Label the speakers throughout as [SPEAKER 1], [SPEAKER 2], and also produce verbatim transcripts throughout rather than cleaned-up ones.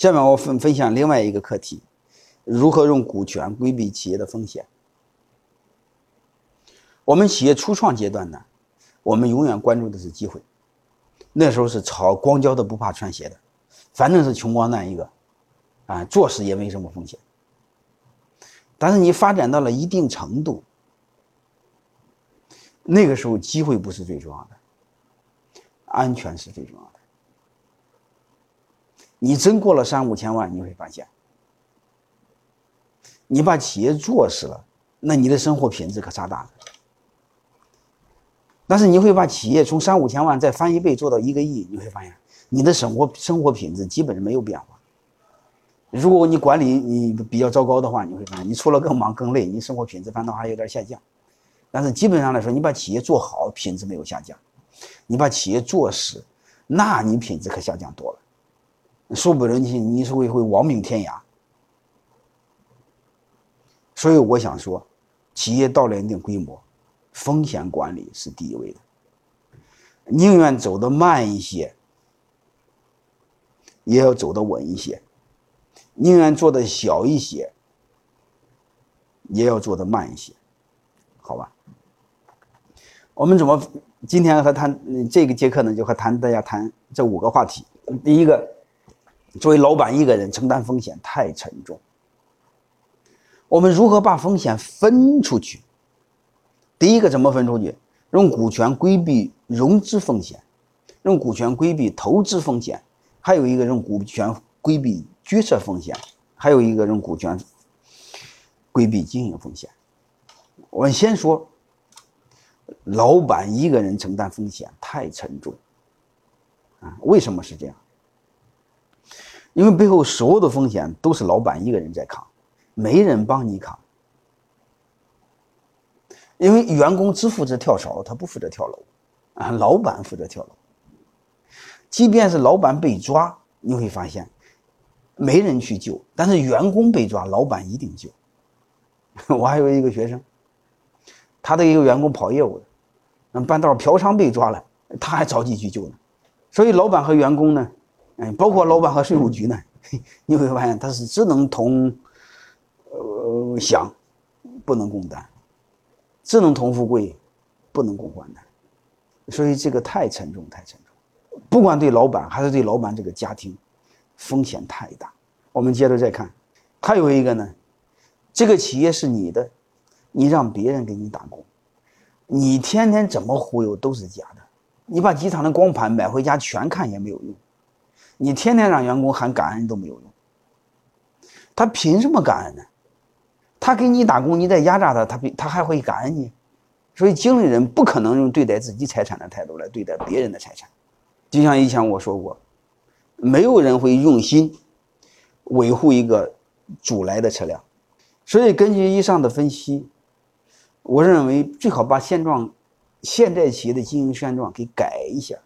[SPEAKER 1] 下面我分分享另外一个课题，如何用股权规避企业的风险。我们企业初创阶段呢，我们永远关注的是机会，那时候是炒光脚的不怕穿鞋的，反正是穷光蛋一个啊，做事也没什么风险。但是你发展到了一定程度，那个时候机会不是最重要的，安全是最重要的。你真过了三五千万，你会发现，你把企业做死了，那你的生活品质可差大了。但是你会把企业从三五千万再翻一倍做到一个亿，你会发现你的生活生活品质基本上没有变化。如果你管理你比较糟糕的话，你会发现你除了更忙更累，你生活品质反倒还有点下降。但是基本上来说，你把企业做好，品质没有下降；你把企业做死，那你品质可下降多了，说不准你你是会会亡命天涯。所以我想说，企业到了一定规模，风险管理是第一位的，宁愿走得慢一些，也要走得稳一些；宁愿做得小一些，也要做得慢一些，好吧？我们怎么今天和谈这个节课呢？就和谈大家谈这五个话题。第一个，作为老板一个人承担风险太沉重，我们如何把风险分出去？第一个怎么分出去？用股权规避融资风险，用股权规避投资风险，还有一个用股权规避决策风险，还有一个用股权规避经营风险。我们先说，老板一个人承担风险太沉重啊！为什么是这样？因为背后所有的风险都是老板一个人在扛，没人帮你扛。因为员工只负责跳槽，他不负责跳楼啊，老板负责跳楼。即便是老板被抓，你会发现没人去救，但是员工被抓，老板一定救。我还有一个学生，他的一个员工跑业务的，半道嫖娼被抓了，他还着急去救呢。所以老板和员工呢，包括老板和税务局呢，你会发现他是只能同呃享，不能共担。只能同富贵，不能共患难，所以这个太沉重，太沉重。不管对老板还是对老板这个家庭，风险太大。我们接着再看，还有一个呢，这个企业是你的，你让别人给你打工，你天天怎么忽悠都是假的。你把机场的光盘买回家全看也没有用，你天天让员工喊感恩都没有用，他凭什么感恩呢？他给你打工，你再压榨他，他他还会感恩你。所以经理人不可能用对待自己财产的态度来对待别人的财产。就像以前我说过，没有人会用心维护一个租来的车辆。所以根据以上的分析，我认为最好把现状现在企业的经营现状给改一下，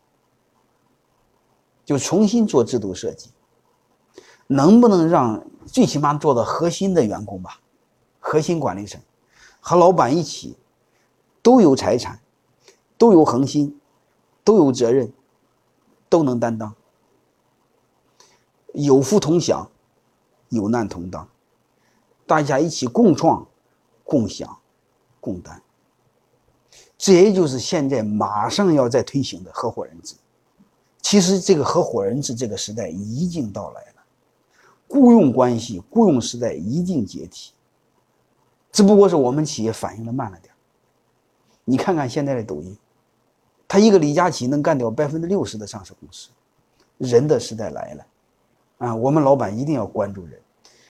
[SPEAKER 1] 就重新做制度设计，能不能让最起码做到核心的员工吧，核心管理层和老板一起都有财产，都有恒心，都有责任，都能担当，有福同享，有难同当，大家一起共创、共享、共担。这也就是现在马上要再推行的合伙人制。其实这个合伙人制这个时代已经到来了，雇佣关系、雇佣时代一定解体，只不过是我们企业反应的慢了点。你看看现在的抖音，他一个李佳琦能干掉百分之六十的上市公司，人的时代来了啊！我们老板一定要关注人。